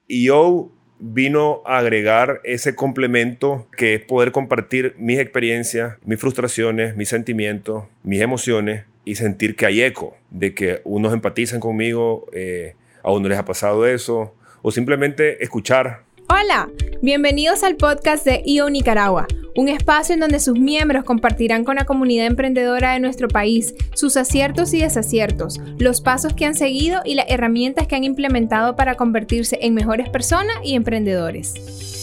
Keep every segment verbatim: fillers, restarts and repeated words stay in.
E O vino a agregar ese complemento que es poder compartir mis experiencias, mis frustraciones, mis sentimientos, mis emociones y sentir que hay eco, de que unos empatizan conmigo, eh, a uno les ha pasado eso, o simplemente escuchar. Hola, bienvenidos al podcast de E O Nicaragua, un espacio en donde sus miembros compartirán con la comunidad emprendedora de nuestro país sus aciertos y desaciertos, los pasos que han seguido y las herramientas que han implementado para convertirse en mejores personas y emprendedores.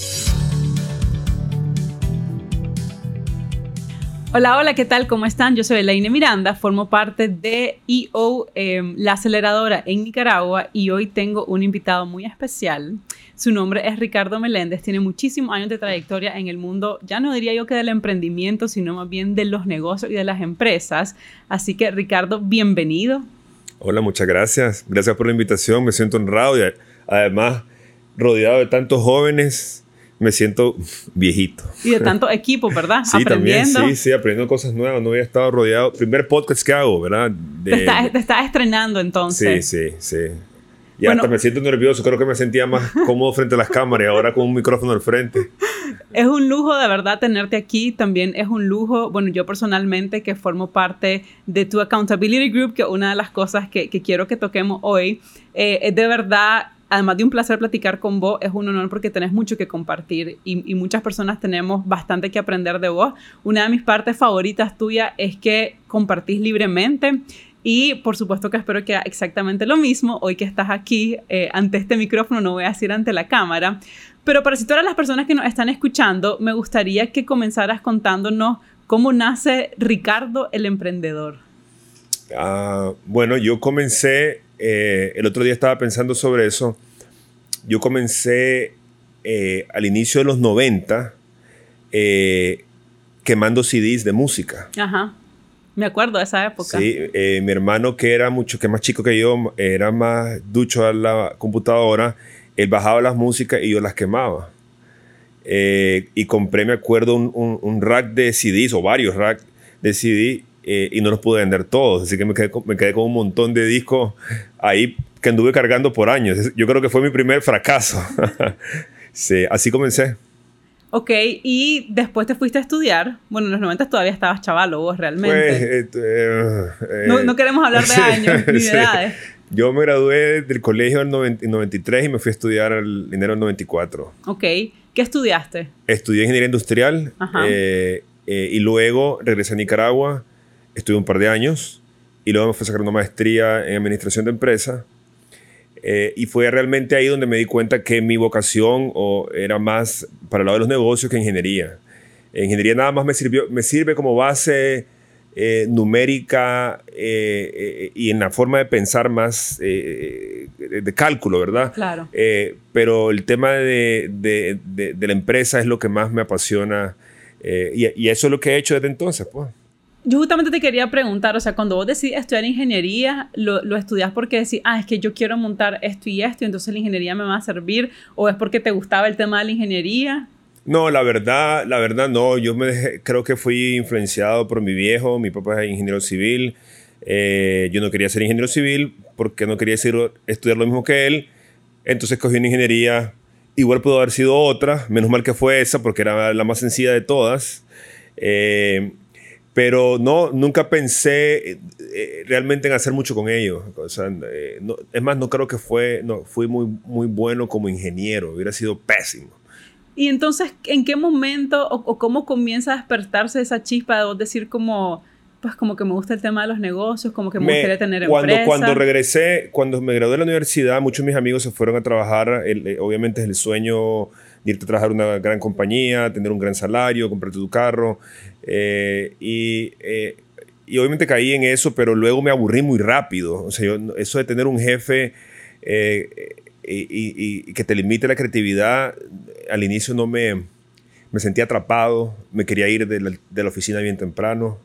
Hola, hola, ¿qué tal? ¿Cómo están? Yo soy Elaine Miranda, formo parte de E O, eh, la aceleradora en Nicaragua, y hoy tengo un invitado muy especial. Su nombre es Ricardo Meléndez, tiene muchísimos años de trayectoria en el mundo, ya no diría yo que del emprendimiento, sino más bien de los negocios y de las empresas. Así que, Ricardo, bienvenido. Hola, muchas gracias. Gracias por la invitación, me siento honrado y además rodeado de tantos jóvenes. Me siento viejito. Y de tanto equipo, ¿verdad? Sí, aprendiendo. También, sí, sí, aprendiendo cosas nuevas. No había estado rodeado. Primer podcast que hago, ¿verdad? De... Te, estás, te estás estrenando entonces. Sí, sí, sí. Y bueno, hasta me siento nervioso. Creo que me sentía más cómodo frente a las cámaras y ahora con un micrófono al frente. Es un lujo de verdad tenerte aquí. También es un lujo, bueno, yo personalmente que formo parte de tu Accountability Group, que una de las cosas que, que quiero que toquemos hoy, eh, es de verdad... Además de un placer platicar con vos, es un honor porque tenés mucho que compartir y, y muchas personas tenemos bastante que aprender de vos. Una de mis partes favoritas tuyas es que compartís libremente y por supuesto que espero que haga exactamente lo mismo hoy que estás aquí eh, ante este micrófono, no voy a decir ante la cámara. Pero para situar a las personas que nos están escuchando, me gustaría que comenzaras contándonos cómo nace Ricardo el Emprendedor. Uh, bueno, yo comencé... Eh, el otro día estaba pensando sobre eso. Yo comencé eh, al inicio de los noventa eh, quemando C Ds de música. Ajá, me acuerdo de esa época. Sí, eh, mi hermano, que era mucho que más chico que yo, era más ducho a la computadora, él bajaba las músicas y yo las quemaba. Eh, y compré, me acuerdo, un, un, un rack de C Ds o varios racks de C D. Eh, y no los pude vender todos, así que me quedé, me quedé con un montón de discos ahí que anduve cargando por años. Yo creo que fue mi primer fracaso. Sí, así comencé. Ok, y después te fuiste a estudiar. Bueno, en los noventa todavía estabas chavalo vos realmente. Pues, eh, eh, no, no queremos hablar de años ni de sí. edades. Yo me gradué del colegio en el noventa y tres y me fui a estudiar en enero del noventa y cuatro. Ok, ¿qué estudiaste? Estudié ingeniería industrial eh, eh, y luego regresé a Nicaragua. Estuve un par de años y luego me fui a sacar una maestría en administración de empresas. Eh, y fue realmente ahí donde me di cuenta que mi vocación o, era más para el lado de los negocios que ingeniería. Eh, ingeniería nada más me, sirvió, me sirve como base eh, numérica eh, eh, y en la forma de pensar más eh, de cálculo, ¿verdad? Claro. Eh, pero el tema de, de, de, de la empresa es lo que más me apasiona eh, y, y eso es lo que he hecho desde entonces, pues. Yo justamente te quería preguntar, o sea, cuando vos decidís estudiar ingeniería, ¿lo, lo estudias porque decís, ah, es que yo quiero montar esto y esto, y entonces la ingeniería me va a servir? ¿O es porque te gustaba el tema de la ingeniería? No, la verdad, la verdad no. Yo me dejé, creo que fui influenciado por mi viejo. Mi papá es ingeniero civil. Eh, yo no quería ser ingeniero civil porque no quería decir, estudiar lo mismo que él. Entonces cogí una ingeniería. Igual pudo haber sido otra. Menos mal que fue esa porque era la más sencilla de todas. Eh... Pero no, nunca pensé eh, realmente en hacer mucho con ellos. O sea, eh, no, es más, no creo que fue, no, fui muy, muy bueno como ingeniero. Hubiera sido pésimo. Y entonces, ¿en qué momento o, o cómo comienza a despertarse esa chispa de vos decir como, pues como que me gusta el tema de los negocios, como que me, me gustaría tener cuando, empresa? Cuando regresé, cuando me gradué de la universidad, muchos de mis amigos se fueron a trabajar. El, eh, obviamente es el sueño de irte a trabajar en una gran compañía, tener un gran salario, comprarte tu carro. Eh, y, eh, y obviamente caí en eso, pero luego me aburrí muy rápido. O sea, yo, eso de tener un jefe eh, y, y, y que te limite la creatividad, al inicio no me, me sentía atrapado, me quería ir de la, de la oficina bien temprano.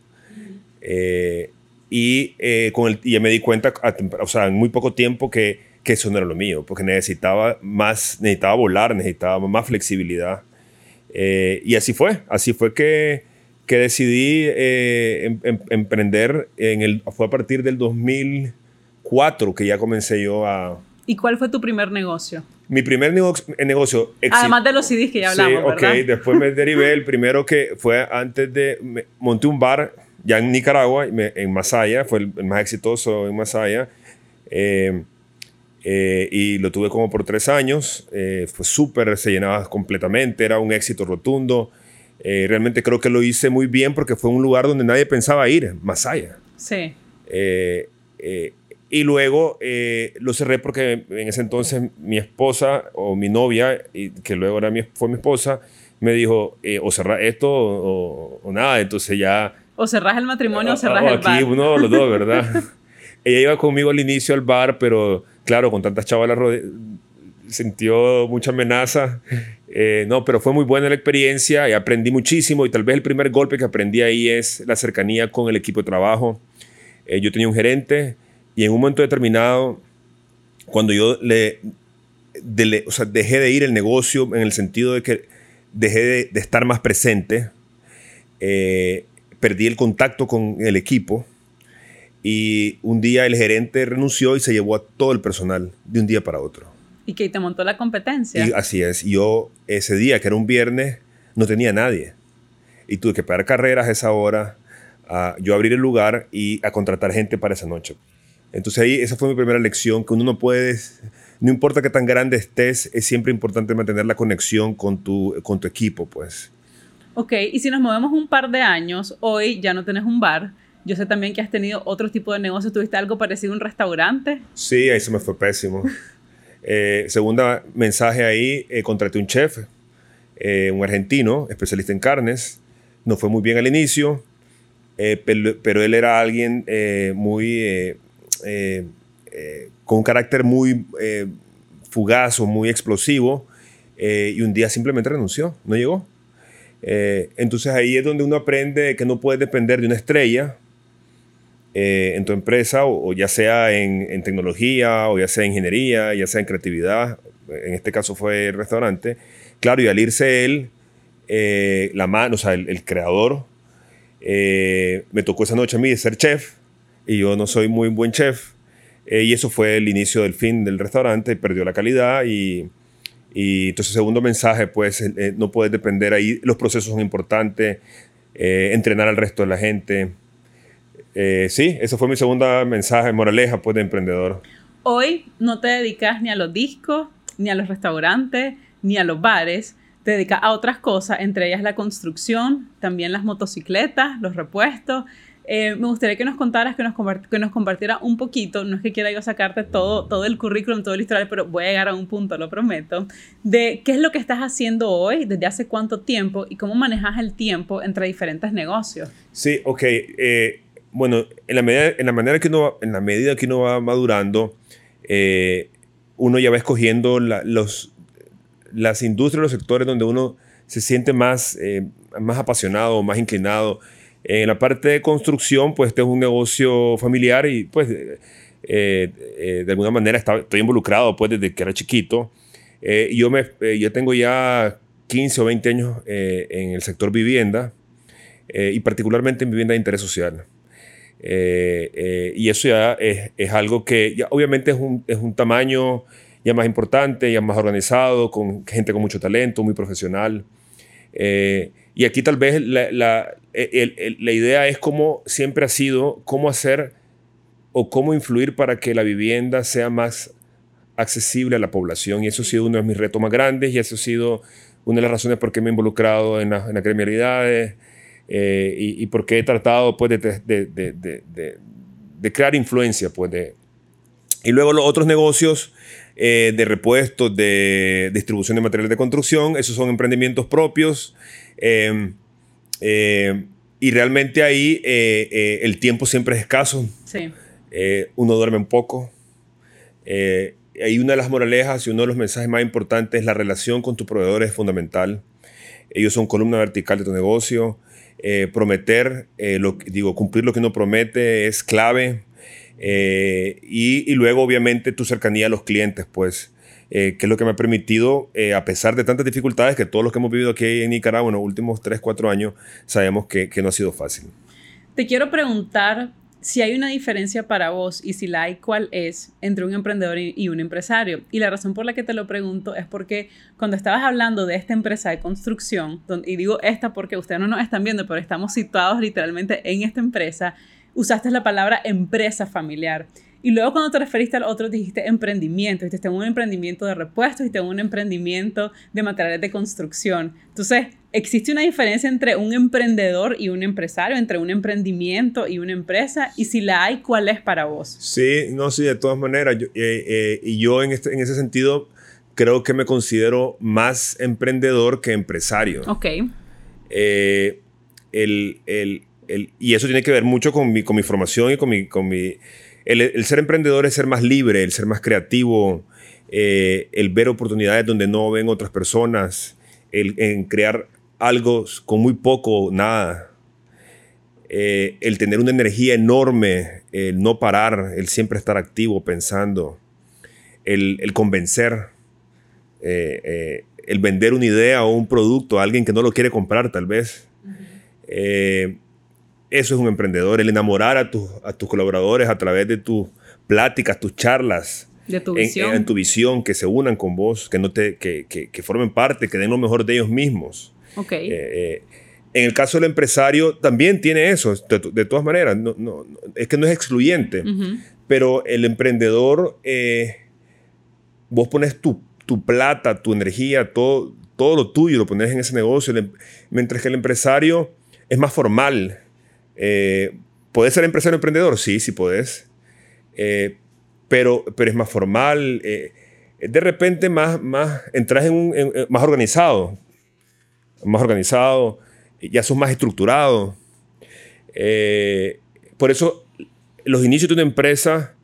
Eh, y, eh, con el, y ya me di cuenta, a, o sea, en muy poco tiempo que, que eso no era lo mío, porque necesitaba más, necesitaba volar, necesitaba más flexibilidad. Eh, y así fue, así fue que, que decidí eh, em, em, emprender, en el, fue a partir del dos mil cuatro que ya comencé yo a... ¿Y cuál fue tu primer negocio? Mi primer negocio, negocio además de los C Ds que ya hablamos, sí, ¿verdad? ok, después me derivé. El primero que fue antes de... Me, monté un bar ya en Nicaragua, me, en Masaya, fue el, el más exitoso en Masaya. Eh, eh, y lo tuve como por tres años. Eh, fue súper, se llenaba completamente, era un éxito rotundo. Eh, realmente creo que lo hice muy bien porque fue un lugar donde nadie pensaba ir, Masaya. Sí. Eh, eh, y luego eh, lo cerré porque en ese entonces mi esposa o mi novia, y que luego era mi, fue mi esposa, me dijo, eh, o cerrás esto o, o, o nada. Entonces ya... O cerrás el matrimonio o cerrás o el aquí, bar. Uno de los dos, ¿verdad? Ella iba conmigo al inicio al bar, pero claro, con tantas chavalas sintió mucha amenaza. Eh, no, pero fue muy buena la experiencia y aprendí muchísimo. Y tal vez el primer golpe que aprendí ahí es la cercanía con el equipo de trabajo. Eh, yo tenía un gerente y en un momento determinado, cuando yo le, de le, o sea, dejé de ir al negocio en el sentido de que dejé de, de estar más presente, eh, perdí el contacto con el equipo. Y un día el gerente renunció y se llevó a todo el personal de un día para otro. Y que te montó la competencia. Y así es. Yo ese día, que era un viernes, no tenía a nadie. Y tuve que pagar carreras a esa hora, a yo abrir el lugar y a contratar gente para esa noche. Entonces ahí esa fue mi primera lección, que uno no puede, no importa qué tan grande estés, es siempre importante mantener la conexión con tu, con tu equipo, pues. Ok, y si nos movemos un par de años, hoy ya no tenés un bar. Yo sé también que has tenido otro tipo de negocio. ¿Tuviste algo parecido a un restaurante? Sí, ahí se me fue pésimo. eh, segunda mensaje ahí, eh, contraté un chef, eh, un argentino, especialista en carnes. No fue muy bien al inicio, eh, pero, pero él era alguien eh, muy... Eh, eh, eh, con un carácter muy eh, fugaz o muy explosivo. Eh, y un día simplemente renunció, no llegó. Eh, entonces ahí es donde uno aprende que no puedes depender de una estrella Eh, en tu empresa, o, o ya sea en, en tecnología, o ya sea en ingeniería, ya sea en creatividad. En este caso fue el restaurante. Claro, y al irse él, eh, la mano, o sea, el, el creador, eh, me tocó esa noche a mí de ser chef, y yo no soy muy buen chef, eh, y eso fue el inicio del fin del restaurante. Perdió la calidad, y, y entonces segundo mensaje, pues eh, no puedes depender ahí. Los procesos son importantes, eh, entrenar al resto de la gente. Eh, sí, ese fue mi segunda mensaje, moraleja, pues, de emprendedor. Hoy no te dedicas ni a los discos, ni a los restaurantes, ni a los bares. Te dedicas a otras cosas, entre ellas la construcción, también las motocicletas, los repuestos. Eh, me gustaría que nos contaras, que nos, que nos compartieras un poquito, no es que quiera yo sacarte todo, todo el currículum, todo el historial, pero voy a llegar a un punto, lo prometo, de qué es lo que estás haciendo hoy, desde hace cuánto tiempo y cómo manejas el tiempo entre diferentes negocios. Sí, ok. Eh, Bueno, en la medida, en la manera que uno, en la medida que uno va madurando, eh, uno ya va escogiendo la, los, las industrias, los sectores donde uno se siente más, eh, más apasionado, más inclinado. En la parte de construcción, pues este es un negocio familiar y pues eh, eh, de alguna manera está, estoy involucrado pues desde que era chiquito. Eh, yo, me, eh, yo tengo ya quince o veinte años eh, en el sector vivienda eh, y particularmente en vivienda de interés social. Eh, eh, y eso ya es, es algo que ya obviamente es un, es un tamaño ya más importante, ya más organizado, con gente con mucho talento, muy profesional. Eh, y aquí tal vez la, la, el, el, la idea es cómo siempre ha sido, cómo hacer o cómo influir para que la vivienda sea más accesible a la población. Y eso ha sido uno de mis retos más grandes y eso ha sido una de las razones por qué me he involucrado en, la, en las gremialidades. Eh, y, y porque he tratado pues, de, de, de, de, de, de crear influencia. Pues, de... Y luego los otros negocios eh, de repuestos, de distribución de materiales de construcción, esos son emprendimientos propios. Eh, eh, y realmente ahí eh, eh, el tiempo siempre es escaso. Sí. Eh, uno duerme un poco. Eh, ahí una de las moralejas y uno de los mensajes más importantes es la relación con tu proveedor es fundamental. Ellos son columna vertical de tu negocio. Eh, prometer, eh, lo, digo, cumplir lo que uno promete es clave. Eh, y, y luego, obviamente, tu cercanía a los clientes, pues, eh, que es lo que me ha permitido, eh, a pesar de tantas dificultades que todos los que hemos vivido aquí en Nicaragua en los últimos tres, cuatro años, sabemos que, que no ha sido fácil. Te quiero preguntar si hay una diferencia para vos y si la hay, ¿cuál es entre un emprendedor y, y un empresario? Y la razón por la que te lo pregunto es porque cuando estabas hablando de esta empresa de construcción, donde, y digo esta porque ustedes no nos están viendo, pero estamos situados literalmente en esta empresa, usaste la palabra empresa familiar. Y luego cuando te referiste al otro dijiste emprendimiento. Dijiste, tengo un emprendimiento de repuestos y tengo un emprendimiento de materiales de construcción. Entonces, ¿existe una diferencia entre un emprendedor y un empresario? ¿Entre un emprendimiento y una empresa? Y si la hay, ¿cuál es para vos? Sí, no, sí, de todas maneras. Yo, eh, eh, y yo en, este, en ese sentido creo que me considero más emprendedor que empresario. Ok. Eh, el, el, el, y eso tiene que ver mucho con mi, con mi formación y con mi... Con mi El, el ser emprendedor es ser más libre, el ser más creativo, eh, el ver oportunidades donde no ven otras personas, el en crear algo con muy poco, nada, eh, el tener una energía enorme, el no parar, el siempre estar activo, pensando, el, el convencer, eh, eh, el vender una idea o un producto a alguien que no lo quiere comprar tal vez. Uh-huh. eh, Eso es un emprendedor, el enamorar a, tu, a tus colaboradores a través de tus pláticas, tus charlas. De tu en, visión. En, en tu visión, que se unan con vos, que, no te, que, que, que formen parte, que den lo mejor de ellos mismos. Okay. Eh, eh, en el caso del empresario también tiene eso, de, de todas maneras. No, no, no, es que no es excluyente, uh-huh. Pero el emprendedor, eh, vos pones tu, tu plata, tu energía, todo, todo lo tuyo, lo pones en ese negocio, mientras que el empresario es más formal. Eh, ¿Podés ser empresario emprendedor? Sí, sí podés. Eh, pero, pero es más formal. Eh, de repente más, más, entras en un, en, más organizado. Más organizado. Ya sos más estructurado. Eh, por eso, los inicios de una empresa,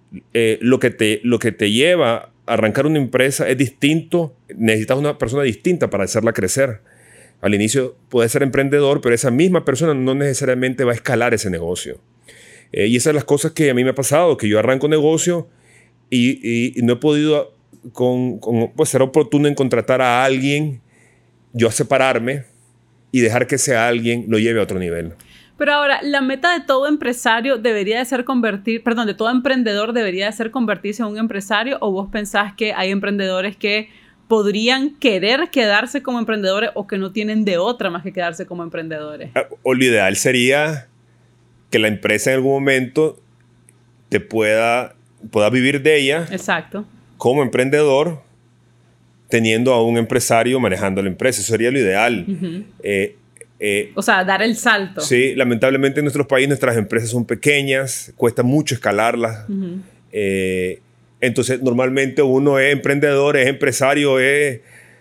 eh, lo, que te, lo que te lleva a arrancar una empresa es distinto. Necesitas una persona distinta para hacerla crecer. Al inicio puedes ser emprendedor, pero esa misma persona no necesariamente va a escalar ese negocio. Eh, y esas son las cosas que a mí me ha pasado, que yo arranco negocio y, y, y no he podido con, con, pues ser oportuno en contratar a alguien, yo a separarme y dejar que ese alguien lo lleve a otro nivel. Pero ahora, la meta de todo empresario debería de ser convertir, perdón, de todo emprendedor debería de ser convertirse en un empresario, ¿o vos pensás que hay emprendedores que podrían querer quedarse como emprendedores o que no tienen de otra más que quedarse como emprendedores? O lo ideal sería que la empresa en algún momento te pueda, pueda vivir de ella. Exacto. Como emprendedor, teniendo a un empresario manejando la empresa. Eso sería lo ideal. Uh-huh. eh, eh, o sea, dar el salto. Sí, lamentablemente en nuestros países nuestras empresas son pequeñas, cuesta mucho escalarlas. Uh-huh. eh, Entonces, normalmente uno es emprendedor, es empresario, es,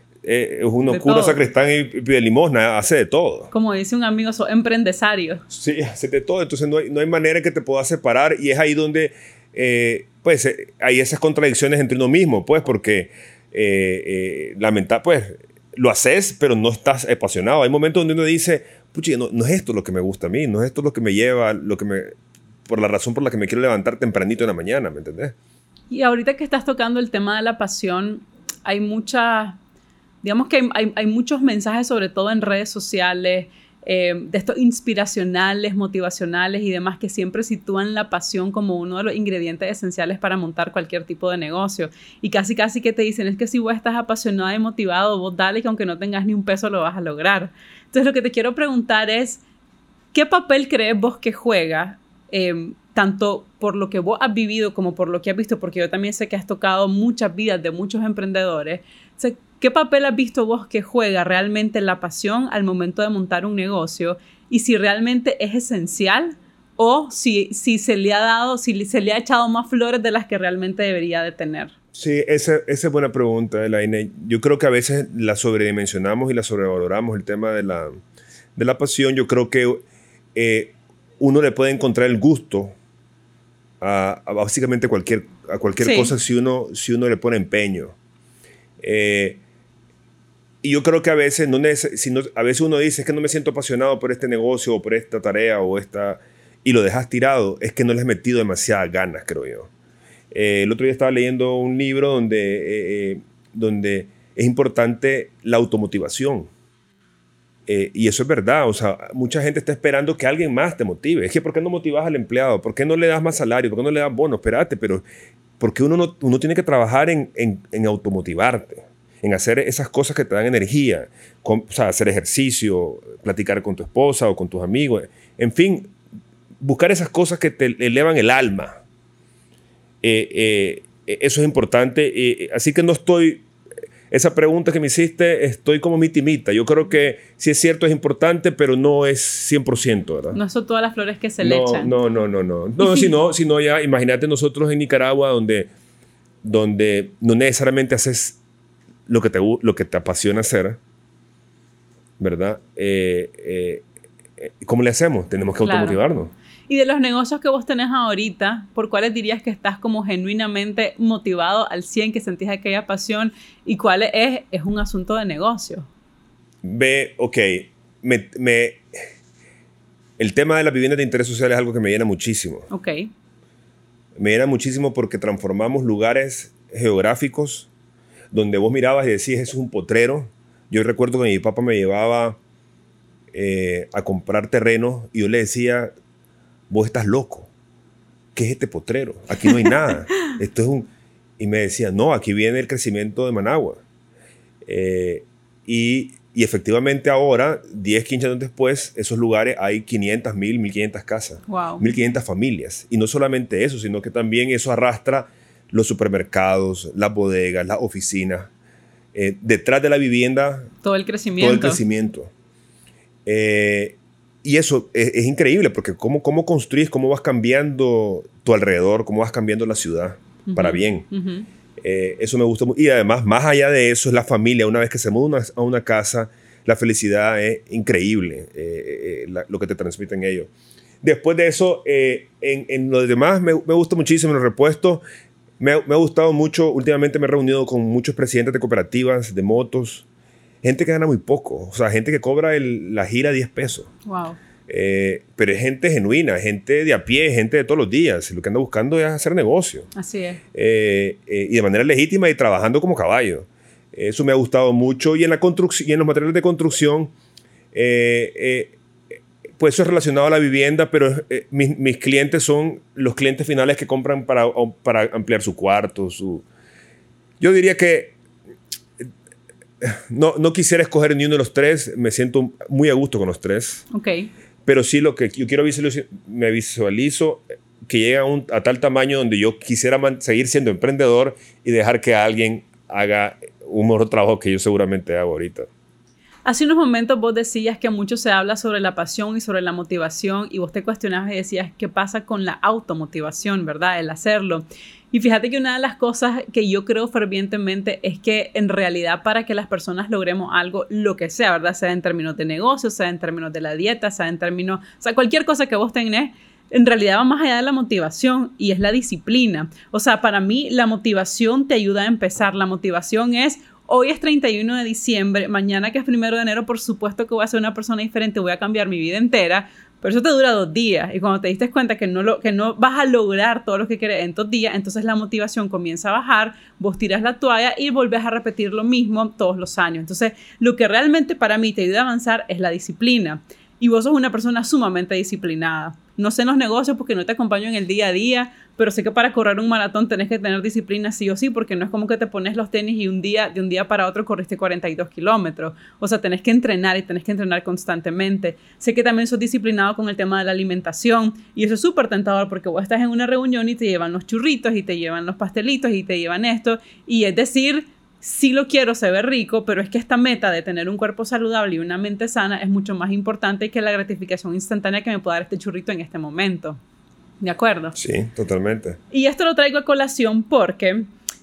es uno de cura, todo. Sacristán y pide limosna, hace de todo. Como dice un amigo, sos empresario. Sí, hace de todo. Entonces, no hay, no hay manera que te puedas separar y es ahí donde eh, pues, eh, hay esas contradicciones entre uno mismo, pues, porque eh, eh, lamenta, pues, lo haces, pero no estás apasionado. Hay momentos donde uno dice, pucha, no, no es esto lo que me gusta a mí, no es esto lo que me lleva, lo que me, por la razón por la que me quiero levantar tempranito en la mañana, ¿me entendés? Y ahorita que estás tocando el tema de la pasión, hay mucha, digamos que hay, hay, hay muchos mensajes, sobre todo en redes sociales, eh, de estos inspiracionales, motivacionales y demás, que siempre sitúan la pasión como uno de los ingredientes esenciales para montar cualquier tipo de negocio. Y casi casi que te dicen, es que si vos estás apasionado y motivado, vos dale que aunque no tengas ni un peso lo vas a lograr. Entonces lo que te quiero preguntar es, ¿qué papel crees vos que juega eh, tanto por lo que vos has vivido como por lo que has visto, porque yo también sé que has tocado muchas vidas de muchos emprendedores? O sea, ¿qué papel has visto vos que juega realmente la pasión al momento de montar un negocio? Y si realmente es esencial o si, si se le ha dado, si se le ha echado más flores de las que realmente debería de tener. Sí, esa, esa es buena pregunta, Elaine. Yo creo que a veces la sobredimensionamos y la sobrevaloramos, el tema de la, de la pasión. Yo creo que eh, uno le puede encontrar el gusto A, a básicamente cualquier, a cualquier sí. cosa si uno, si uno le pone empeño. Eh, y yo creo que a veces, no si no, a veces uno dice, es que no me siento apasionado por este negocio o por esta tarea o esta, y lo dejas tirado, es que no le has metido demasiadas ganas, creo yo. Eh, el otro día estaba leyendo un libro donde, eh, eh, donde es importante la automotivación. Eh, y eso es verdad, o sea, mucha gente está esperando que alguien más te motive. Es que ¿por qué no motivas al empleado? ¿Por qué no le das más salario? ¿Por qué no le das bono? Espérate, pero porque uno, no, uno tiene que trabajar en, en, en automotivarte, en hacer esas cosas que te dan energía, con, o sea, hacer ejercicio, platicar con tu esposa o con tus amigos, en fin, buscar esas cosas que te elevan el alma. Eh, eh, eso es importante, eh, así que no estoy... Esa pregunta que me hiciste, estoy como mitimita. Yo creo que sí es cierto, es importante, pero no es cien por ciento, ¿verdad? No son todas las flores que se no, le echan. No, no, no, no. No, si no, si no ya, imagínate nosotros en Nicaragua, donde, donde no necesariamente haces lo que te, lo que te apasiona hacer, ¿verdad? Eh, eh, eh, ¿Cómo le hacemos? Tenemos que claro. automotivarnos. Y de los negocios que vos tenés ahorita, ¿por cuáles dirías que estás como genuinamente motivado al cien, que sentís aquella pasión? ¿Y cuál es? Es un asunto de negocio. Ve, ok, me, me, el tema de las viviendas de interés social es algo que me llena muchísimo. Ok. Me llena muchísimo porque transformamos lugares geográficos donde vos mirabas y decías, eso es un potrero. Yo recuerdo que mi papá me llevaba eh, a comprar terrenos y yo le decía... Vos estás loco. ¿Qué es este potrero? Aquí no hay nada. Esto es un... Y me decía, no, aquí viene el crecimiento de Managua. Eh, y, y efectivamente ahora, diez, quince años después, esos lugares hay quinientas, mil, mil quinientas casas. Wow. mil quinientas familias. Y no solamente eso, sino que también eso arrastra los supermercados, las bodegas, las oficinas. Eh, detrás de la vivienda... Todo el crecimiento. Todo el crecimiento. Eh, Y eso es, es increíble porque cómo, cómo construís, cómo vas cambiando tu alrededor, cómo vas cambiando la ciudad uh-huh, para bien. Uh-huh. Eh, eso me gusta mucho. Y además, más allá de eso, es la familia. Una vez que se muda una, a una casa, la felicidad es increíble, eh, eh, la, lo que te transmiten ellos. Después de eso, eh, en, en lo demás, me, me gusta muchísimo en los repuestos. Me, me ha gustado mucho. Últimamente me he reunido con muchos presidentes de cooperativas, de motos. Gente que gana muy poco, o sea, gente que cobra el, la gira diez pesos. Wow. Eh, pero es gente genuina, gente de a pie, gente de todos los días. Lo que anda buscando es hacer negocio. Así es. Eh, eh, y de manera legítima y trabajando como caballo. Eso me ha gustado mucho. Y en, la construcción, y en los materiales de construcción, eh, eh, pues eso es relacionado a la vivienda, pero eh, mis, mis clientes son los clientes finales que compran para, para ampliar su cuarto. Su... Yo diría que No, no quisiera escoger ni uno de los tres. Me siento muy a gusto con los tres. Ok. Pero sí lo que yo quiero visualizar, me visualizo que llega a, un, a tal tamaño donde yo quisiera man, seguir siendo emprendedor y dejar que alguien haga un mejor trabajo que yo seguramente hago ahorita. Hace unos momentos vos decías que mucho se habla sobre la pasión y sobre la motivación y vos te cuestionabas y decías qué pasa con la automotivación, ¿verdad? El hacerlo. Y fíjate que una de las cosas que yo creo fervientemente es que en realidad para que las personas logremos algo, lo que sea, ¿verdad? Sea en términos de negocio, sea en términos de la dieta, sea en términos... O sea, cualquier cosa que vos tenés, en realidad va más allá de la motivación y es la disciplina. O sea, para mí la motivación te ayuda a empezar. La motivación es... Hoy es treinta y uno de diciembre, mañana que es primero de enero, por supuesto que voy a ser una persona diferente, voy a cambiar mi vida entera, pero eso te dura dos días y cuando te diste cuenta que no, lo, que no vas a lograr todo lo que quieres en dos días, entonces la motivación comienza a bajar, vos tiras la toalla y volvés a repetir lo mismo todos los años. Entonces, lo que realmente para mí te ayuda a avanzar es la disciplina y vos sos una persona sumamente disciplinada. No sé en los negocios porque no te acompaño en el día a día, pero sé que para correr un maratón tenés que tener disciplina sí o sí, porque no es como que te pones los tenis y un día, de un día para otro corriste cuarenta y dos kilómetros. O sea, tenés que entrenar y tenés que entrenar constantemente. Sé que también sos disciplinado con el tema de la alimentación y eso es súper tentador porque vos estás en una reunión y te llevan los churritos y te llevan los pastelitos y te llevan esto. Y es decir, sí lo quiero, se ve rico, pero es que esta meta de tener un cuerpo saludable y una mente sana es mucho más importante que la gratificación instantánea que me puede dar este churrito en este momento. ¿De acuerdo? Sí, totalmente. Y esto lo traigo a colación porque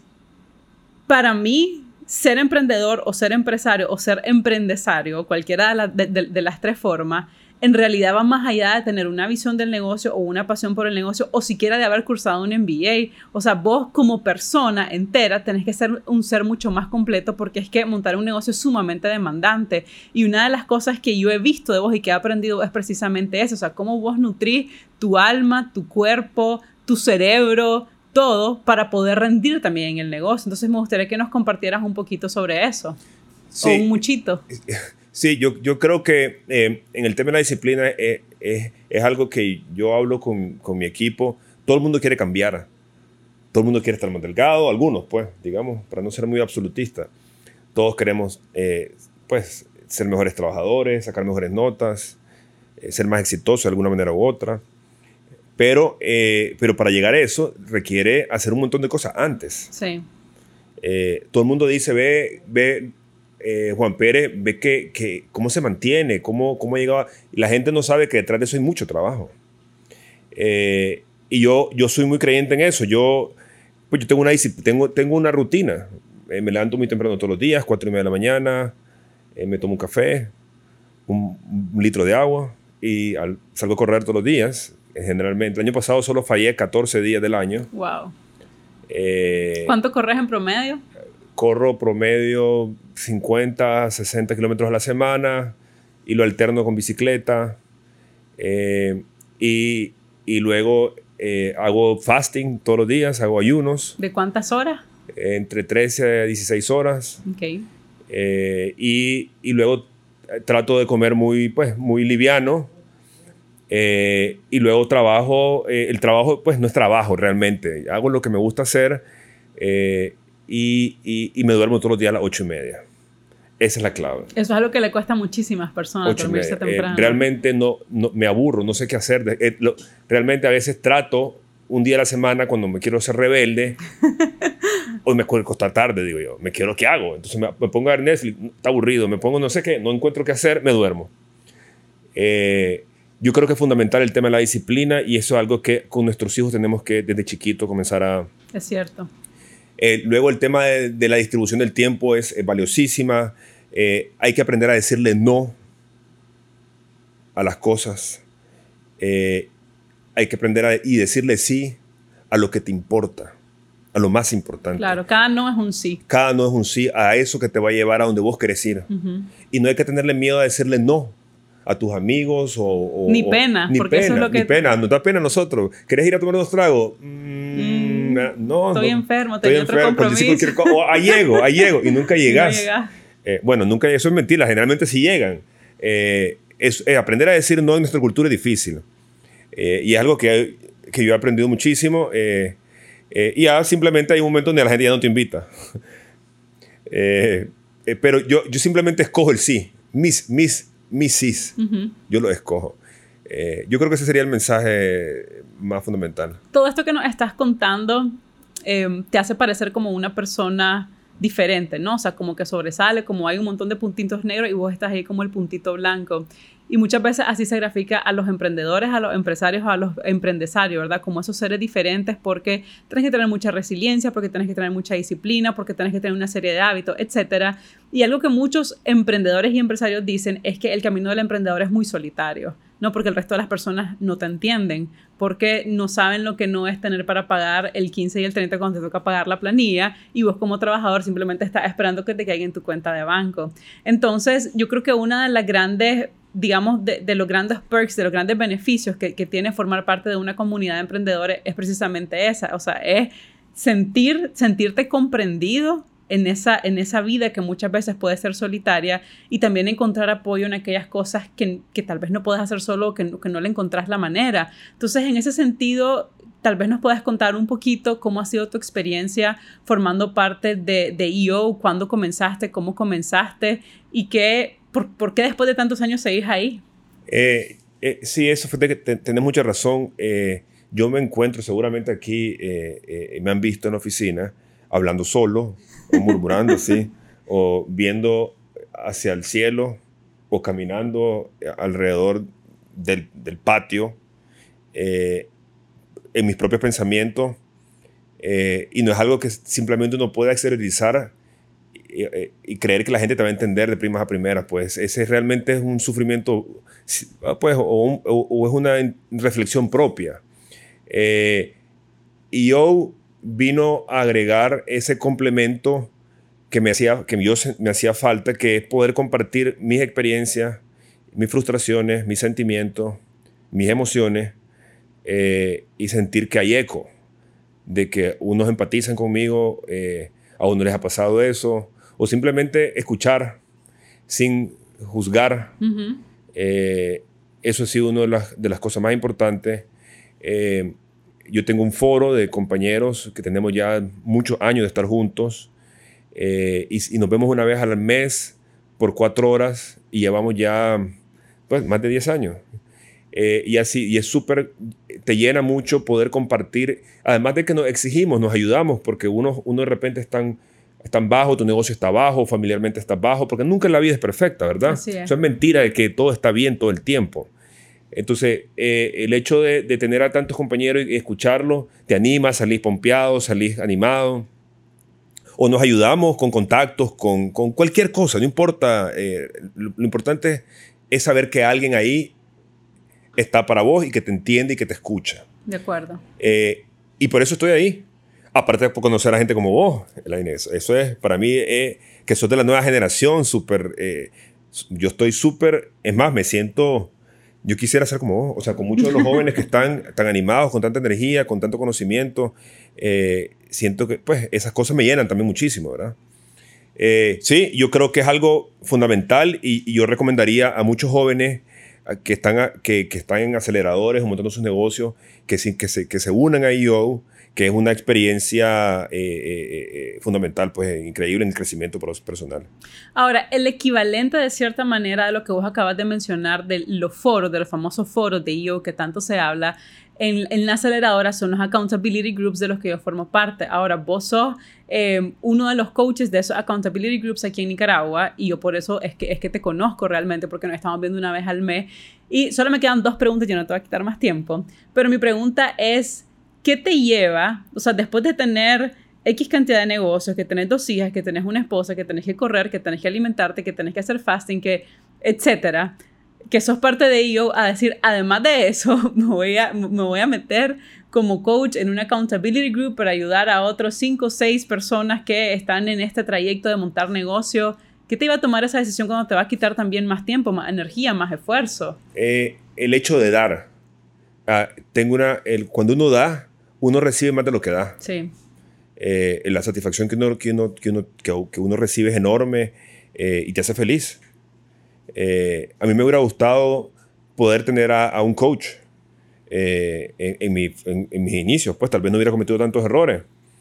para mí ser emprendedor o ser empresario o ser emprendesario, cualquiera de, la, de, de, de las tres formas, en realidad va más allá de tener una visión del negocio o una pasión por el negocio o siquiera de haber cursado un M B A. O sea, vos como persona entera tenés que ser un ser mucho más completo porque es que montar un negocio es sumamente demandante. Y una de las cosas que yo he visto de vos y que he aprendido es precisamente eso. O sea, cómo vos nutrís tu alma, tu cuerpo, tu cerebro, todo para poder rendir también en el negocio. Entonces me gustaría que nos compartieras un poquito sobre eso. Sí. O un muchito. Sí, yo, yo creo que eh, en el tema de la disciplina eh, eh, es algo que yo hablo con, con mi equipo. Todo el mundo quiere cambiar. Todo el mundo quiere estar más delgado, algunos, pues, digamos, para no ser muy absolutista. Todos queremos, eh, pues, ser mejores trabajadores, sacar mejores notas, eh, ser más exitosos de alguna manera u otra. Pero, eh, pero para llegar a eso requiere hacer un montón de cosas antes. Sí. Eh, todo el mundo dice, ve, ve eh, Juan Pérez, ve que, que cómo se mantiene, cómo, cómo ha llegado. Y la gente no sabe que detrás de eso hay mucho trabajo. Eh, y yo, yo soy muy creyente en eso. Yo, pues yo tengo una, tengo, tengo una rutina. Eh, me levanto muy temprano todos los días, cuatro y media de la mañana, eh, me tomo un café, un, un litro de agua y al, salgo a correr todos los días. Generalmente, el año pasado solo fallé catorce días del año. Wow. Eh, ¿Cuánto corres en promedio? Corro promedio cincuenta, sesenta kilómetros a la semana y lo alterno con bicicleta. Eh, y, y luego eh, hago fasting todos los días, hago ayunos. ¿De cuántas horas? Eh, entre trece a dieciséis horas. Ok. Eh, y, y luego trato de comer muy, pues, muy liviano. Eh, y luego trabajo, eh, el trabajo pues no es trabajo realmente, hago lo que me gusta hacer eh, y, y, y me duermo todos los días a las ocho y media. Esa es la clave. Eso es algo que le cuesta a muchísimas personas dormirse temprano. Eh, realmente no, no, me aburro, no sé qué hacer. Eh, lo, realmente a veces trato un día a la semana cuando me quiero ser rebelde. Hoy me quiero acostar tarde, digo yo. Me quiero, ¿qué hago? Entonces me, me pongo a ver Netflix, está aburrido. Me pongo no sé qué, no encuentro qué hacer, me duermo. Eh... Yo creo que es fundamental el tema de la disciplina y eso es algo que con nuestros hijos tenemos que desde chiquito comenzar a... Es cierto. Eh, luego el tema de, de la distribución del tiempo es, es valiosísima. Eh, hay que aprender a decirle no a las cosas. Eh, hay que aprender a y decirle sí a lo que te importa, a lo más importante. Claro, cada no es un sí. Cada no es un sí a eso que te va a llevar a donde vos querés ir. Uh-huh. Y no hay que tenerle miedo a decirle no a tus amigos o... o ni pena, o, ni porque pena, eso es lo que... Ni pena, nos da pena a nosotros. ¿Querés ir a tomar unos tragos? Mm, mm, no. Estoy no, enfermo, tengo otro enfermo, compromiso. O ahí llego, ahí llego, y nunca llegas. No llegas. Eh, bueno, nunca, eso es mentira, generalmente sí llegan. Eh, es, eh, aprender a decir no en nuestra cultura es difícil. Eh, y es algo que, que yo he aprendido muchísimo. Eh, eh, y ya simplemente hay un momento donde la gente ya no te invita. eh, eh, pero yo, yo simplemente escojo el sí. Mis, mis mis sís, uh-huh. Yo lo escojo. Eh, yo creo que ese sería el mensaje más fundamental. Todo esto que nos estás contando eh, te hace parecer como una persona diferente, ¿no? O sea, como que sobresale, como hay un montón de puntitos negros y vos estás ahí como el puntito blanco. Y muchas veces así se grafica a los emprendedores, a los empresarios, a los empresarios, ¿verdad? Como esos seres diferentes porque tienes que tener mucha resiliencia, porque tienes que tener mucha disciplina, porque tienes que tener una serie de hábitos, etcétera. Y algo que muchos emprendedores y empresarios dicen es que el camino del emprendedor es muy solitario, ¿no? Porque el resto de las personas no te entienden, porque no saben lo que no es tener para pagar el quince y el treinta cuando te toca pagar la planilla y vos como trabajador simplemente estás esperando que te caiga en tu cuenta de banco. Entonces, yo creo que una de las grandes... digamos, de, de los grandes perks, de los grandes beneficios que, que tiene formar parte de una comunidad de emprendedores es precisamente esa, o sea, es sentir, sentirte comprendido en esa, en esa vida que muchas veces puede ser solitaria y también encontrar apoyo en aquellas cosas que, que tal vez no puedes hacer solo, que, que no le encontrás la manera. Entonces, en ese sentido, tal vez nos puedas contar un poquito cómo ha sido tu experiencia formando parte de, de E O, cuándo comenzaste, cómo comenzaste y qué... ¿Por, ¿Por qué después de tantos años seguís ahí? Eh, eh, sí, eso fue que te, tenés mucha razón. Eh, yo me encuentro seguramente aquí, eh, eh, me han visto en la oficina, hablando solo, o murmurando, sí, o viendo hacia el cielo, o caminando alrededor del, del patio, eh, en mis propios pensamientos, eh, y no es algo que simplemente uno pueda exteriorizar Y, y creer que la gente te va a entender de primas a primeras, pues ese realmente es un sufrimiento, pues, o, un, o, o es una reflexión propia. Eh, y yo vino a agregar ese complemento que me hacía, que yo, me hacía falta, que es poder compartir mis experiencias, mis frustraciones, mis sentimientos, mis emociones, eh, y sentir que hay eco, de que unos empatizan conmigo, eh, a uno les ha pasado eso, o simplemente escuchar sin juzgar. Uh-huh. Eh, eso ha sido una de las, de las cosas más importantes. Eh, yo tengo un foro de compañeros que tenemos ya muchos años de estar juntos eh, y, y nos vemos una vez al mes por cuatro horas y llevamos ya pues, más de diez años. Eh, y así, y es súper, te llena mucho poder compartir, además de que nos exigimos, nos ayudamos, porque uno, uno de repente están, están bajo, tu negocio está bajo, familiarmente está bajo, porque nunca la vida es perfecta, ¿verdad? Así es. Eso es mentira de que todo está bien todo el tiempo. Entonces, eh, el hecho de, de tener a tantos compañeros y escucharlos, te anima, salís pompeado, salís animado, o nos ayudamos con contactos, con, con cualquier cosa, no importa, eh, lo, lo importante es saber que alguien ahí está para vos y que te entiende y que te escucha. De acuerdo. Eh, y por eso estoy ahí. Aparte de conocer a gente como vos, la Inés. Eso es, para mí, eh, que sos de la nueva generación, súper... Eh, yo estoy súper... Es más, me siento... Yo quisiera ser como vos. O sea, con muchos de los jóvenes que están tan animados, con tanta energía, con tanto conocimiento. Eh, siento que, pues, esas cosas me llenan también muchísimo, ¿verdad? Eh, sí, yo creo que es algo fundamental y, y yo recomendaría a muchos jóvenes que están, a, que, que están en aceleradores o montando sus negocios, que, que, se, que se unan a I O, que es una experiencia eh, eh, eh, fundamental, pues increíble en el crecimiento personal. Ahora, el equivalente de cierta manera de lo que vos acabas de mencionar, de los foros, de los famosos foros de I O que tanto se habla, en, en la aceleradora son los accountability groups de los que yo formo parte. Ahora, vos sos eh, uno de los coaches de esos accountability groups aquí en Nicaragua y yo por eso es que, es que te conozco realmente, porque nos estamos viendo una vez al mes. Y solo me quedan dos preguntas, yo no te voy a quitar más tiempo. Pero mi pregunta es, ¿qué te lleva, o sea, después de tener X cantidad de negocios, que tenés dos hijas, que tenés una esposa, que tenés que correr, que tenés que alimentarte, que tenés que hacer fasting, que, etcétera, que sos parte de I O, a decir, además de eso, me voy a, me voy a meter como coach en un accountability group para ayudar a otros cinco o seis personas que están en este trayecto de montar negocio? ¿Qué te iba a tomar esa decisión cuando te va a quitar también más tiempo, más energía, más esfuerzo? Eh, el hecho de dar. Uh, tengo una, el, cuando uno da, uno recibe más de lo que da. Sí. Eh, la satisfacción que uno, que uno, que uno, que, que uno recibe es enorme eh, y te hace feliz. Eh, a mí me hubiera gustado poder tener a, a un coach eh, en, en, mi, en, en mis inicios, pues tal vez no hubiera cometido tantos errores.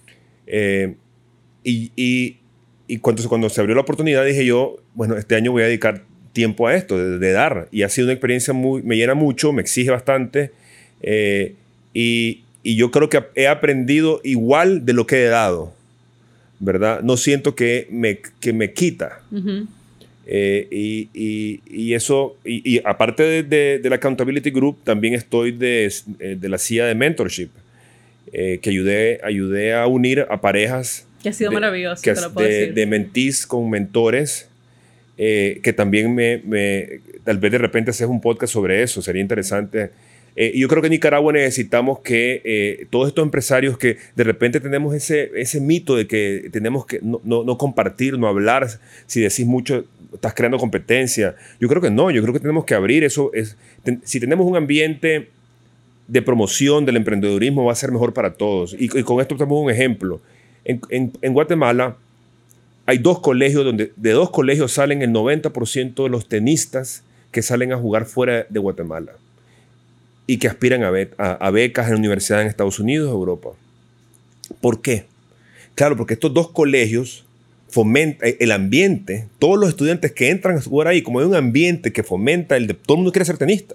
Eh, y, y, y cuando, cuando se abrió la oportunidad dije yo, bueno, este año voy a dedicar tiempo a esto, de, de dar. Y ha sido una experiencia muy, me llena mucho, me exige bastante. Eh, y, y yo creo que he aprendido igual de lo que he dado, ¿verdad? No siento que me, que me quita. Uh-huh. Eh, y, y, y eso, y, y aparte de, de, del Accountability Group, también estoy de, de la C I A de Mentorship, eh, que ayudé, ayudé a unir a parejas. Que ha sido de, maravilloso, que te lo puedo de, decir. De mentís con mentores, eh, que también me, me, tal vez de repente haces un podcast sobre eso, sería interesante. Eh, yo creo que en Nicaragua necesitamos que eh, todos estos empresarios que de repente tenemos ese, ese mito de que tenemos que no, no, no compartir, no hablar, si decís mucho estás creando competencia. Yo creo que no, yo creo que tenemos que abrir eso. Es, ten, si tenemos un ambiente de promoción del emprendedurismo va a ser mejor para todos. Y, y con esto tenemos un ejemplo. En, en, en Guatemala hay dos colegios donde de dos colegios salen el noventa por ciento de los tenistas que salen a jugar fuera de Guatemala y que aspiran a, be a, a becas en universidades en Estados Unidos o Europa. ¿Por qué? Claro, porque estos dos colegios fomentan el ambiente. Todos los estudiantes que entran a jugar ahí, como hay un ambiente que fomenta el de todo el mundo quiere ser tenista.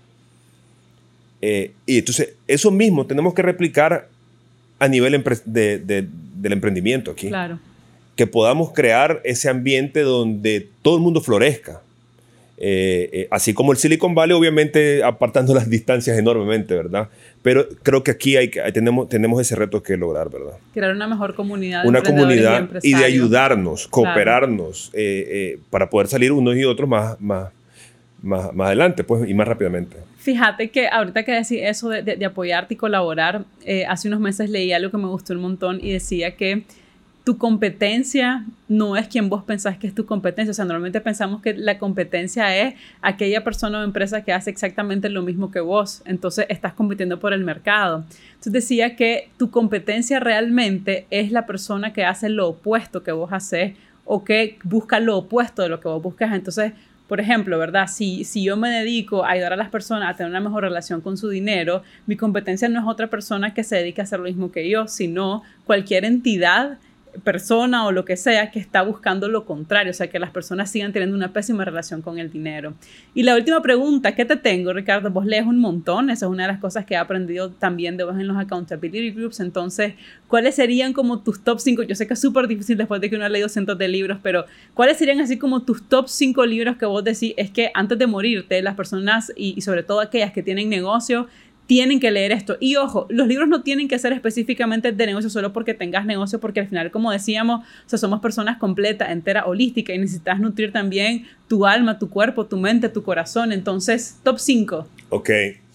Eh, y entonces, eso mismo tenemos que replicar a nivel de, de, del emprendimiento aquí. Claro. Que podamos crear ese ambiente donde todo el mundo florezca. Eh, eh, así como el Silicon Valley, obviamente apartando las distancias enormemente, ¿verdad? Pero creo que aquí hay, hay, tenemos, tenemos ese reto que lograr, ¿verdad? Crear una mejor comunidad de Una comunidad y, y de ayudarnos, cooperarnos, claro. eh, eh, para poder salir unos y otros más, más, más, más adelante, pues, y más rápidamente. Fíjate que ahorita que decís eso de, de, de apoyarte y colaborar, eh, hace unos meses leí algo que me gustó un montón y decía que tu competencia no es quien vos pensás que es tu competencia. O sea, normalmente pensamos que la competencia es aquella persona o empresa que hace exactamente lo mismo que vos. Entonces, estás compitiendo por el mercado. Entonces, decía que tu competencia realmente es la persona que hace lo opuesto que vos haces o que busca lo opuesto de lo que vos buscas. Entonces, Por ejemplo, ¿verdad? Si, si yo me dedico a ayudar a las personas a tener una mejor relación con su dinero, mi competencia no es otra persona que se dedique a hacer lo mismo que yo, sino cualquier entidad, persona o lo que sea que está buscando lo contrario, o sea, que las personas sigan teniendo una pésima relación con el dinero. Y la última pregunta que te tengo, Ricardo, vos lees un montón, esa es una de las cosas que he aprendido también de vos en los accountability groups, entonces, ¿cuáles serían como tus top cinco? Yo sé que es súper difícil después de que uno ha leído cientos de libros, pero ¿cuáles serían así como tus top cinco libros que vos decís es que antes de morirte, las personas y, y sobre todo aquellas que tienen negocio, tienen que leer esto? Y ojo, los libros no tienen que ser específicamente de negocio solo porque tengas negocio, porque al final, como decíamos, o sea, somos personas completas, enteras, holísticas, y necesitas nutrir también tu alma, tu cuerpo, tu mente, tu corazón. Entonces, top cinco. Ok,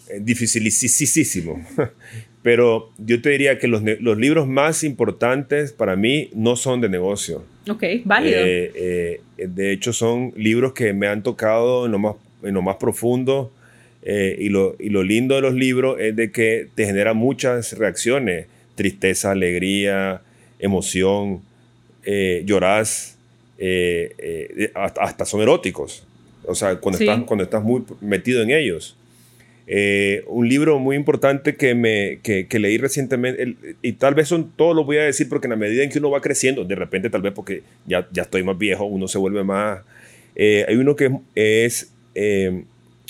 dificilísimo. Pero yo te diría que los, los libros más importantes para mí no son de negocio. Ok, válido. Eh, eh, de hecho, son libros que me han tocado en lo más, en lo más profundo. Eh, y, lo, y lo lindo de los libros es de que te genera muchas reacciones, tristeza, alegría, emoción, eh, llorás, eh, eh, hasta, hasta son eróticos, o sea, cuando, sí. estás, cuando estás muy metido en ellos. Eh, un libro muy importante que, me, que, que leí recientemente, el, y tal vez son todos los voy a decir porque en la medida en que uno va creciendo, de repente tal vez porque ya, ya estoy más viejo, uno se vuelve más... Eh, hay uno que es... Eh,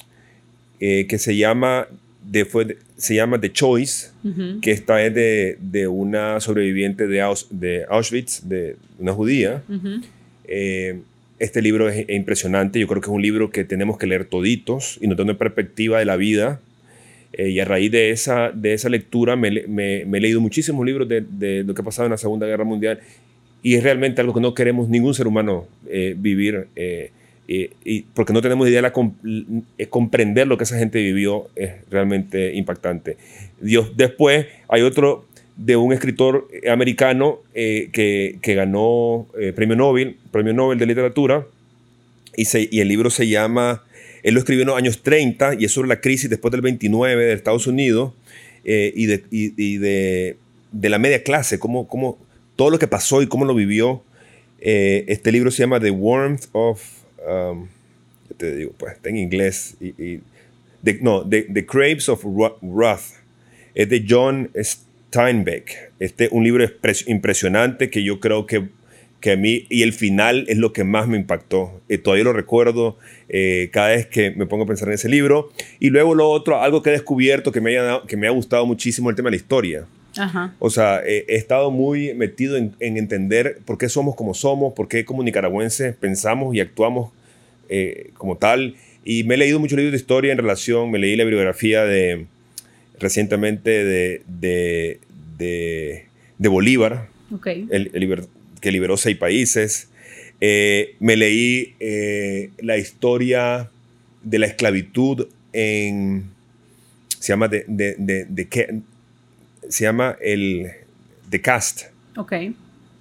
Eh, que se llama, de, fue, se llama The Choice, uh-huh. que esta es de, de una sobreviviente de, Aus, de Auschwitz, de una judía. Uh-huh. Eh, este libro es impresionante, yo creo que es un libro que tenemos que leer toditos y nos da una perspectiva de la vida. Eh, y a raíz de esa, de esa lectura me, me, me he leído muchísimos libros de, de lo que ha pasado en la Segunda Guerra Mundial y es realmente algo que no queremos ningún ser humano eh, vivir. Eh, Y, y porque no tenemos idea de la comp comprender lo que esa gente vivió es realmente impactante. Dios, después hay otro de un escritor americano eh, que, que ganó eh, premio Nobel, premio Nobel de literatura y, se, y el libro se llama, él lo escribió en los años treinta y es sobre la crisis después del veintinueve de Estados Unidos eh, y, de, y, y de, de la media clase, cómo, cómo, todo lo que pasó y cómo lo vivió. Eh, este libro se llama The Warmth of Um, te digo, pues está en inglés y, y the, no, the, the Craves of Wrath es de John Steinbeck. Este un libro impresionante que yo creo que, que a mí, y el final es lo que más me impactó. Eh, todavía lo recuerdo eh, cada vez que me pongo a pensar en ese libro. Y luego lo otro, algo que he descubierto que me, haya, que me ha gustado muchísimo, el tema de la historia. Ajá. O sea, eh, he estado muy metido en, en entender por qué somos como somos, por qué como nicaragüenses pensamos y actuamos eh, como tal. Y me he leído muchos libros de historia en relación, me leí la bibliografía de, recientemente de, de, de, de Bolívar, okay. el, el liber, que liberó seis países. Eh, me leí eh, la historia de la esclavitud en... Se llama de... de, de, de, de se llama el The Caste, okay.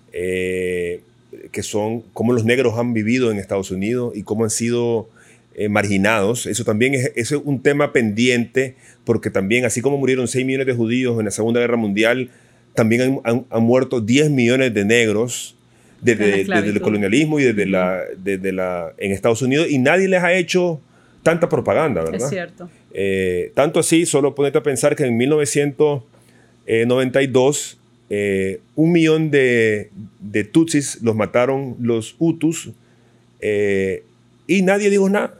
eh, que son cómo los negros han vivido en Estados Unidos y cómo han sido eh, marginados. Eso también es, eso es un tema pendiente, porque también, así como murieron seis millones de judíos en la Segunda Guerra Mundial, también han, han, han muerto diez millones de negros desde, desde el colonialismo y desde la, desde la, en Estados Unidos, y nadie les ha hecho tanta propaganda, ¿verdad? Es cierto. Eh, tanto así, solo ponete a pensar que en mil novecientos noventa y dos, eh, un millón de, de tutsis los mataron los hutus eh, y nadie dijo nada.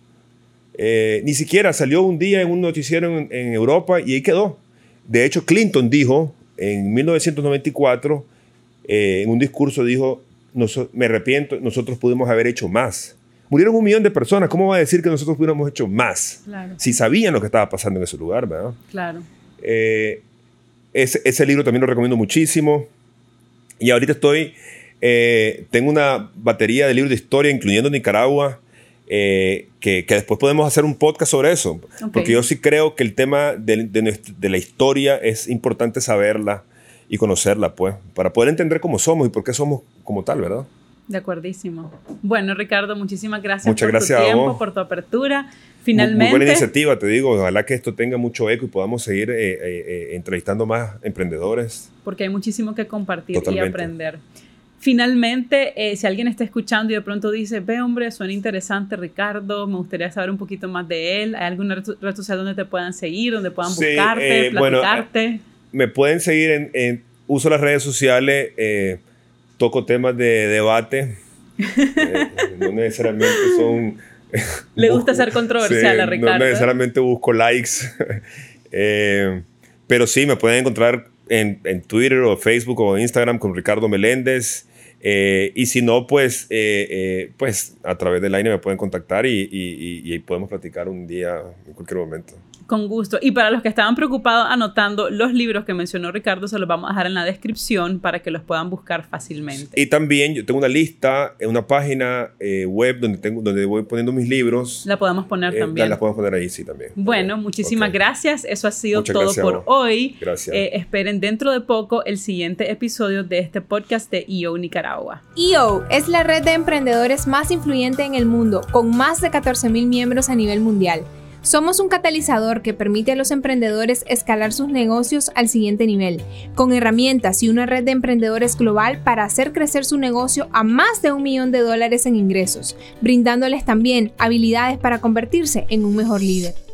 Eh, ni siquiera salió un día en un noticiero en, en Europa y ahí quedó. De hecho, Clinton dijo en mil novecientos noventa y cuatro, eh, en un discurso dijo, me arrepiento, nosotros pudimos haber hecho más. Murieron un millón de personas, ¿cómo va a decir que nosotros pudiéramos hecho más? Claro. Si sabían lo que estaba pasando en ese lugar, ¿verdad? Claro. Eh, Ese, ese libro también lo recomiendo muchísimo. Y ahorita estoy... Eh, tengo una batería de libros de historia, incluyendo Nicaragua, eh, que, que después podemos hacer un podcast sobre eso. Okay. Porque yo sí creo que el tema de, de, de la historia es importante saberla y conocerla, pues, para poder entender cómo somos y por qué somos como tal, ¿verdad? De acuerdísimo. Bueno, Ricardo, muchísimas gracias Muchas por gracias tu a tiempo, vos. por tu apertura. Finalmente... Muy, muy buena iniciativa, te digo. Ojalá que esto tenga mucho eco y podamos seguir eh, eh, entrevistando más emprendedores. Porque hay muchísimo que compartir Totalmente. Y aprender. finalmente, eh, si alguien está escuchando y de pronto dice, ve hombre, suena interesante Ricardo, me gustaría saber un poquito más de él, ¿hay alguna red, red social donde te puedan seguir, donde puedan sí, buscarte, eh, platicarte? Bueno, me pueden seguir en, en uso las redes sociales, eh, toco temas de debate, eh, no necesariamente son... Le gusta ser controversial, sí, a Ricardo. No necesariamente busco likes, eh, pero sí, me pueden encontrar en, en Twitter o Facebook o Instagram con Ricardo Meléndez. Eh, y si no, pues, eh, eh, pues a través de Line me pueden contactar y, y, y, y podemos platicar un día en cualquier momento. Con gusto. Y para los que estaban preocupados anotando los libros que mencionó Ricardo, se los vamos a dejar en la descripción para que los puedan buscar fácilmente. Y también yo tengo una lista, una página eh, web donde, tengo, donde voy poniendo mis libros. La podemos poner eh, también. La, la podemos poner ahí, sí, también. Bueno, muchísimas okay. gracias. Eso ha sido Muchas todo gracias, por vos. hoy. Gracias. Eh, esperen dentro de poco el siguiente episodio de este podcast de E O Nicaragua. E O es la red de emprendedores más influyente en el mundo, con más de catorce mil miembros a nivel mundial. Somos un catalizador que permite a los emprendedores escalar sus negocios al siguiente nivel, con herramientas y una red de emprendedores global para hacer crecer su negocio a más de un millón de dólares en ingresos, brindándoles también habilidades para convertirse en un mejor líder.